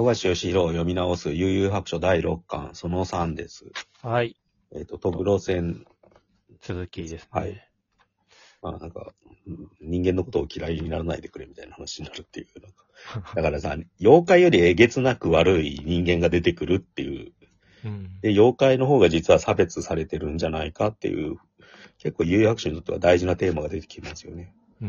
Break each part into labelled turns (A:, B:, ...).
A: 富樫義弘を読み直す悠々白書第6巻、その3です。
B: はい。
A: トグロ戦。
B: 続きですね。
A: はい。まあなんか、人間のことを嫌いにならないでくれみたいな話になるっていう。だからさ、妖怪よりえげつなく悪い人間が出てくるっていう。
B: うん、
A: で、妖怪の方が実は差別されてるんじゃないかっていう、結構悠々白書にとっては大事なテーマが出てきますよね。
B: うん。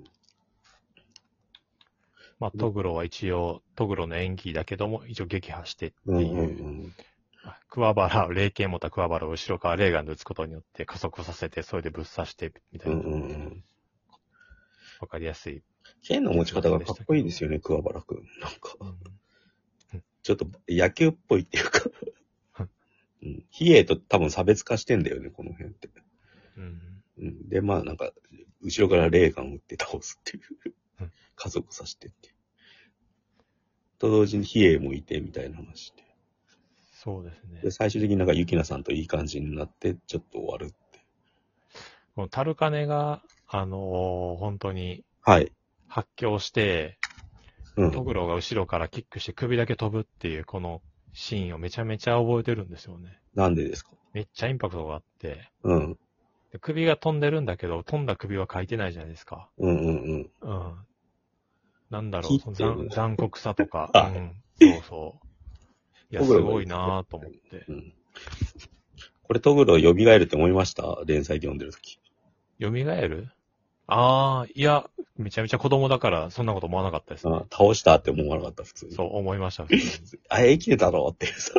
B: まあ、トグロは一応、トグロの演技だけども、一応撃破してっていう。桑原、霊剣持った桑原を後ろからレーガンで撃つことによって加速させて、それでぶっ刺して、みたいな。わかりやすい。
A: 剣の持ち方がかっこいいですよね、桑原くん。なんか、ちょっと野球っぽいっていうか比叡と多分差別化してんだよね、この辺って。で、まあなんか、後ろからレーガン撃って倒すっていう。加速させてっていう。と同時に比叡もいて、みたいな話で。
B: そうですね。
A: で、最終的になんかユキナさんといい感じになって、ちょっと終わるって。
B: このタルカネが、本当に、
A: はい。
B: 発狂して、トグロが後ろからキックして首だけ飛ぶっていう、このシーンをめちゃめちゃ覚えてるんですよね。
A: なんでですか？
B: めっちゃインパクトがあって、
A: で
B: 首が飛んでるんだけど、飛んだ首は書いてないじゃないですか。なんだろう、その残酷さとか。そうそう。いや、すごいなぁと思って。
A: これトグロ蘇るって思いました？連載で読んでるとき。
B: 蘇る？いや、めちゃめちゃ子供だからそんなこと思わなかったですね。
A: 倒したって思わなかった、普通に。
B: そう、思いました、普通に。
A: 生きてたろってさ。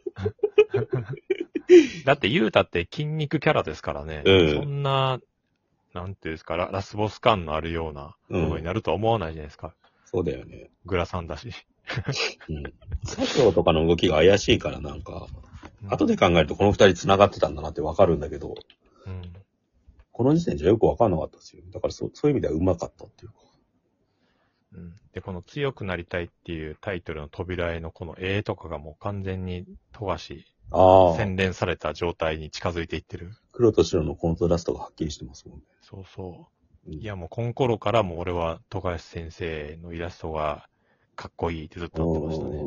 B: だって、ユータって筋肉キャラですからね。そんな、なんていうんですか、ラスボス感のあるようなものになるとは思わないじゃないですか。
A: そうだよね。
B: グラさんだし。
A: 佐藤とかの動きが怪しいからなんか、後で考えるとこの二人繋がってたんだなってわかるんだけど、この時点じゃよくわかんなかったですよ。だからそういう意味ではうまかったっていうか。
B: で、この強くなりたいっていうタイトルの扉絵のこの絵とかがもう完全に富樫洗練された状態に近づいていってる。
A: 黒と白のコントラストがはっきりしてますもんね。
B: そうそう。いやもうこの頃からもう俺は富樫先生のイラストがかっこいいってずっと思ってましたね。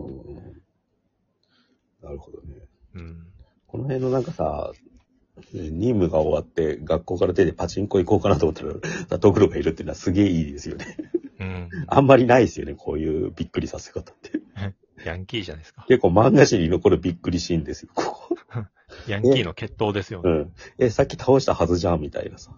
A: なるほどね。この辺のなんかさ、任務が終わって学校から出てパチンコ行こうかなと思ったら、トグロがいるっていうのはすげえいいですよね。あんまりないですよね、こういうびっくりさせ方って。
B: ヤンキーじゃないですか。
A: 結構漫画史に残るびっくりシーンですよ、ここ。
B: ヤンキーの決闘ですよ
A: ね。さっき倒したはずじゃん、みたいなさ。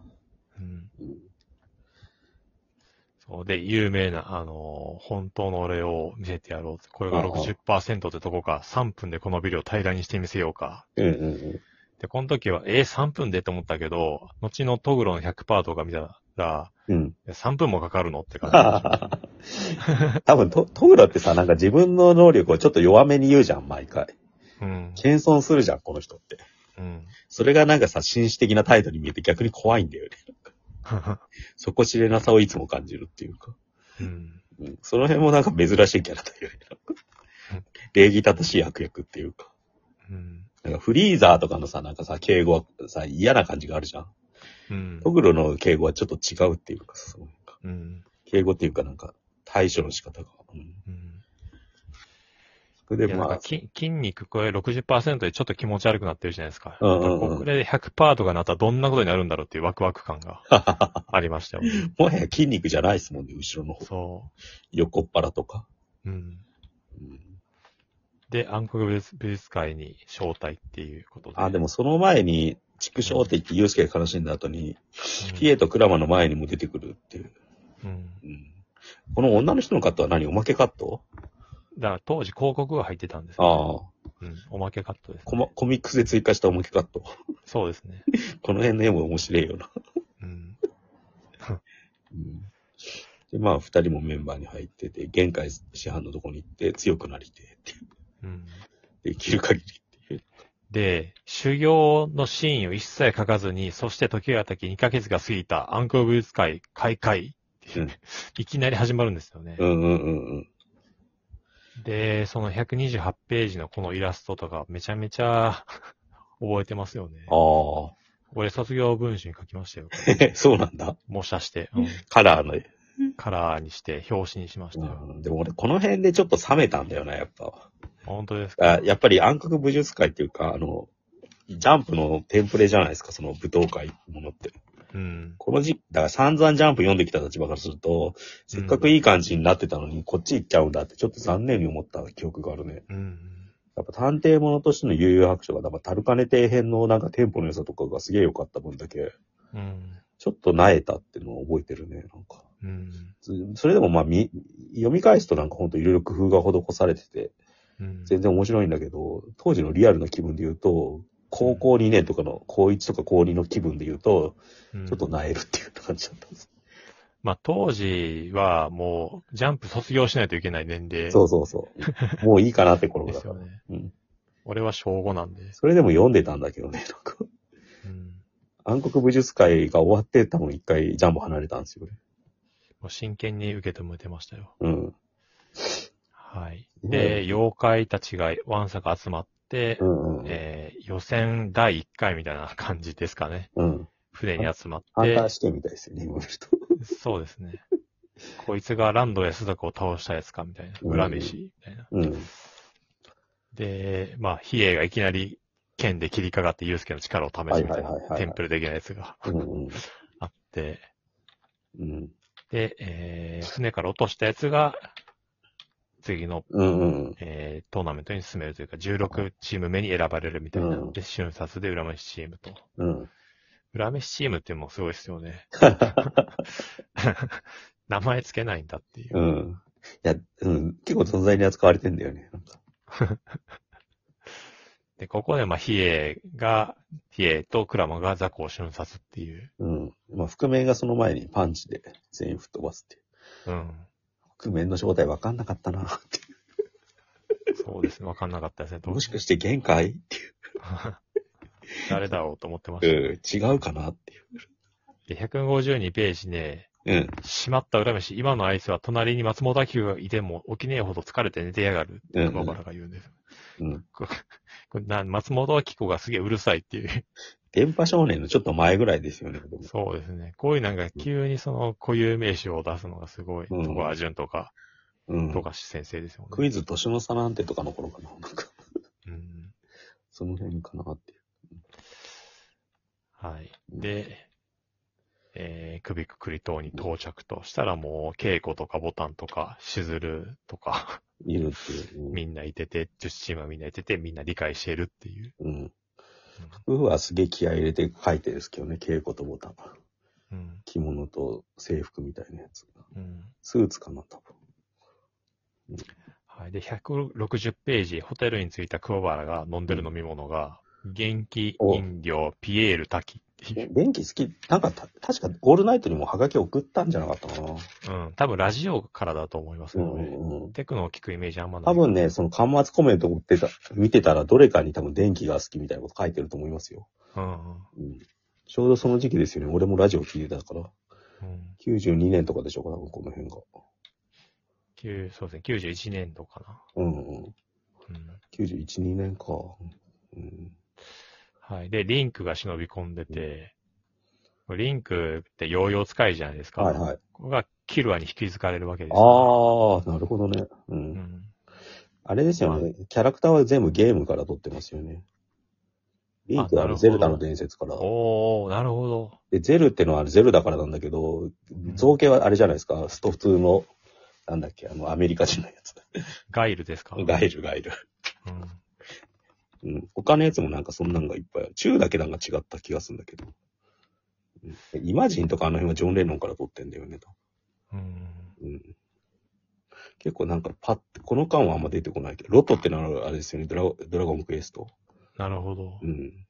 B: そうで、有名な、本当の俺を見せてやろうって。これが 60% ってとこか、3分でこのビルを平らにしてみせようか。で、この時は、3分でと思ったけど、後のトグロの100%とか見たら、3分もかかるのって感じ。
A: 多分トグロってさ、なんか自分の能力をちょっと弱めに言うじゃん、毎回。謙遜するじゃん、この人って。それがなんかさ、紳士的な態度に見えて逆に怖いんだよね。底知れなさをいつも感じるっていうか。その辺もなんか珍しいキャラだよね。礼儀正しい悪役っていうか。なんかフリーザーとかのさ、なんかさ、敬語はさ、嫌な感じがあるじゃん。トグロの敬語はちょっと違うっていうかさ、敬語っていうかなんか対処の仕方が。
B: でまあ、筋肉これ 60% でちょっと気持ち悪くなってるじゃないですか。これで 100% とかなったらどんなことになるんだろうっていうワクワク感がありましたよね。
A: もはや筋肉じゃないですもんね、後ろの方。
B: そう。
A: 横っ腹とか。
B: で、暗黒美術会に招待っていうことで。
A: でもその前に、畜生って言ってユウスケが悲しんだ後に、ピエとクラマの前にも出てくるっていう。この女の人のカットは何？おまけカット？
B: だから当時広告が入ってたんですよ、おまけカットです、ね。
A: コミックスで追加したおまけカット。
B: そうですね。
A: この辺の絵も面白いよな。で、まあ、二人もメンバーに入ってて、限界師範のとこに行って強くなりてっていう。できる限りっていう。
B: で、修行のシーンを一切書かずに、そして時が経き2ヶ月が過ぎた暗黒美術会開会っていう、いきなり始まるんですよね。で、その128ページのこのイラストとかめちゃめちゃ覚えてますよね。俺卒業文集に書きましたよ。
A: そうなんだ。
B: 模写して。
A: カラーの絵。
B: カラーにして表紙にしましたよ。
A: でも俺この辺でちょっと冷めたんだよな、やっぱ。
B: 本当ですか？
A: やっぱり暗黒武術会っていうか、ジャンプのテンプレじゃないですか、その舞踏会ものって。
B: うん。
A: このだから散々ジャンプ読んできた立場からすると、せっかくいい感じになってたのに、こっち行っちゃうんだってちょっと残念に思った記憶があるね。
B: うん。
A: やっぱ探偵物としての悠々白書が、やっぱタルカネ底辺のなんかテンポの良さとかがすげえ良かった分だけ、
B: うん。
A: ちょっと萎えたっていうのを覚えてるね、なんか。
B: うん。
A: それでもまあ読み返すとなんかほんといろいろ工夫が施されてて、
B: うん、
A: 全然面白いんだけど、当時のリアルな気分で言うと、高校2年とかの、高1とか高2の気分で言うと、ちょっと萎えるっていう感じだったんです。
B: まあ当時はもうジャンプ卒業しないといけない年齢。
A: そうそうそう。もういいかなって頃だから。
B: ですよね。
A: うん。
B: 俺は小5なんで。
A: それでも読んでたんだけどね、なんか。うん。暗黒武術会が終わって多分一回ジャンボ離れたんですよね。
B: もう真剣に受け止めてましたよ。
A: うん。
B: はい。で、妖怪たちがわんさか集まって、予選第1回みたいな感じですかね。うん。船に集まって。
A: ハンター試験みたいですよね、今の人。
B: そうですね。こいつがランドやスザクを倒したやつかみたいな。裏飯みたいな。うん。で、まあ、比叡がいきなり剣で切りかかってユウスケの力を試すみたいな。テンプル的なやつがあって。うん。で、船から落としたやつが、次の、トーナメントに進めるというか、16チーム目に選ばれるみたいな。で、瞬殺で裏飯チームと。裏飯チームってもうすごいですよね。名前つけないんだっていう。
A: いや、結構存在に扱われてんだよね。なんか
B: で、ここで比叡とクラマがザコを瞬殺っていう。
A: まあ、覆面がその前にパンチで全員吹っ飛ばすっていう。覆面の正体分かんなかったなって
B: いう。そうですね、分かんなかったですね。
A: もしかして限界っていう。
B: 誰だろうと思ってまし
A: た。違うかなっていう。
B: で、152ページね、しまった恨めし、今のあいつは隣に松本明子がいても起きねえほど疲れて寝てやがるって桑原が言うんです。松本明子がすげえうるさいっていう。
A: 電波少年のちょっと前ぐらいですよね。
B: そうですね。こういうなんか急にその固有名詞を出すのがすごい。戸川淳とか、富樫先生ですよね。
A: クイズ年の差なんてとかの頃かな。なんかその辺かなっていう。
B: はい。で、首くくり島に到着としたらもう、稽古とかボタンとか、しずるとか、
A: いるっていう、
B: みんないてて、10チームはみんないてて、みんな理解してるっていう。
A: 服はすげえ気合い入れて書いてるんですけどね、稽古とボタン。着物と制服みたいなやつ。スーツかな、多
B: 分。はい。で、160ページ、ホテルに着いた桑原が飲んでる飲み物が、元気飲料ピエール滝っていう。
A: 元気好き、なんか確かオールナイトにもハガキ送ったんじゃなかったか
B: な。多分ラジオからだと思いますね。テクノを聞くイメージあんまない。
A: 多分ね、その端末コメント見てたらどれかに多分電気が好きみたいなこと書いてると思いますよ。ちょうどその時期ですよね。俺もラジオ聞いてたから。92年とかでしょうか、多分この辺が。
B: そうですね、91年度かな。
A: 91、2年か。
B: はい。で、リンクが忍び込んでて、リンクってヨーヨー使いじゃないですか。はいはい。ここがキルアに引き継がれるわけです、
A: ね。ああ、なるほどね。あれですよね。キャラクターは全部ゲームから撮ってますよね。リンクはゼルダの伝説から。
B: おー、なるほど。
A: で、ゼルってのはゼルダからなんだけど、造形はあれじゃないですか。普通の、なんだっけ、アメリカ人のやつ。
B: ガイルですか？
A: ガイル。他のやつもなんかそんなんがいっぱいある。中だけなんか違った気がするんだけど。イマジンとかあの辺はジョン・レノンから撮ってんだよね。結構なんかこの間はあんま出てこないけど、ロトってのはあれですよね。ドラゴンクエスト。
B: なるほど。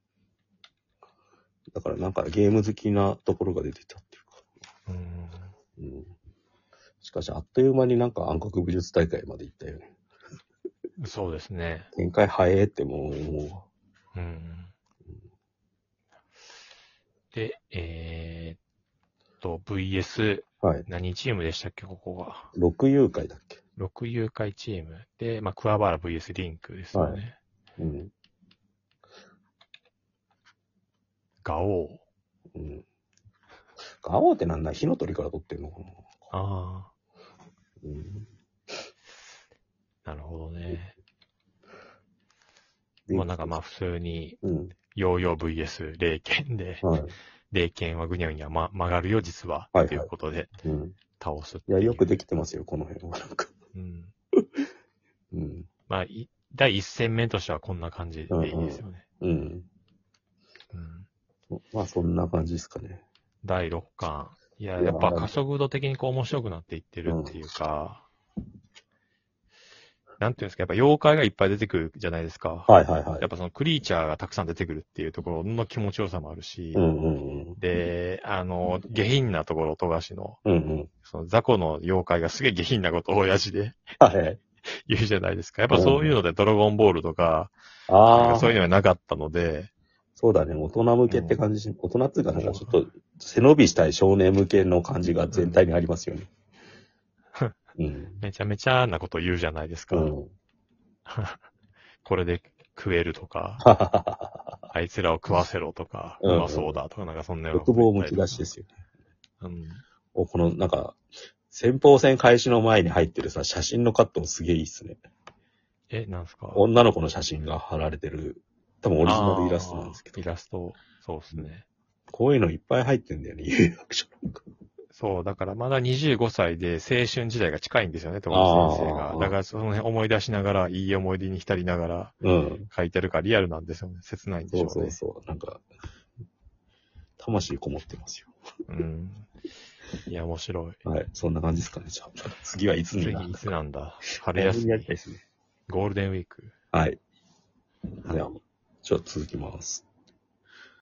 A: だからなんかゲーム好きなところが出てたっていうか。しかしあっという間になんか暗黒武術大会まで行ったよね。
B: そうですね。
A: 展開早えってもう。
B: で、VS、何チームでしたっけ、ここが。
A: 6遊会だっけ。
B: 6遊会チーム。で、桑原 VS リンクですよね。ガオー。
A: ガオーってなんだ？火の鳥から取ってんのかな？
B: ああ。うん、なるほどね。もうなんかまあ普通に、ヨーヨー VS 霊剣で、霊剣はぐにゃぐにゃ、曲がるよ、実は。ということで、倒すっていう。
A: いや、よくできてますよ、この辺は。なんか。
B: まあ、第一戦目としてはこんな感じでいいですよね。
A: まあ、そんな感じですかね。
B: 第6巻。いや、やっぱ加速度的にこう面白くなっていってるっていうか、なんていうんですか、やっぱ妖怪がいっぱい出てくるじゃないですか。
A: はいはいはい。
B: やっぱそのクリーチャーがたくさん出てくるっていうところの気持ちよさもあるし、で、下品なところ、富樫の、その雑魚の妖怪がすげえ下品なことを親父で言うじゃないですか。やっぱそういうのでドラゴンボールとか、そういうのはなかったので、
A: そうだね、大人向けって感じ、大人っていうかなんかちょっと背伸びしたい少年向けの感じが全体にありますよね。
B: めちゃめちゃなこと言うじゃないですか。これで食えるとか、あいつらを食わせろとか、うまそうだとか、なんかそんなような
A: 欲望むき出しですよね。このなんか、先鋒戦開始の前に入ってるさ、写真のカットもすげえいいっすね。
B: なんすか？
A: 女の子の写真が貼られてる、多分オリジナルイラストなんですけど。
B: イラスト、そうですね。
A: こういうのいっぱい入ってんだよね、有楽書なんか。
B: そう、だからまだ25歳で青春時代が近いんですよね、富樫先生が。だからその辺思い出しながら、いい思い出に浸りながら、書いてるからリアルなんですよね。切ないんでしょうね。
A: そう。なんか、魂こもってますよ。
B: いや、面白い。
A: はい。そんな感じですかね、じゃあ。次はいつになる
B: 次いつなんだ？春休み。
A: やりたいですね。
B: ゴールデンウィーク。
A: はい。じゃあ、ちょっと続きます。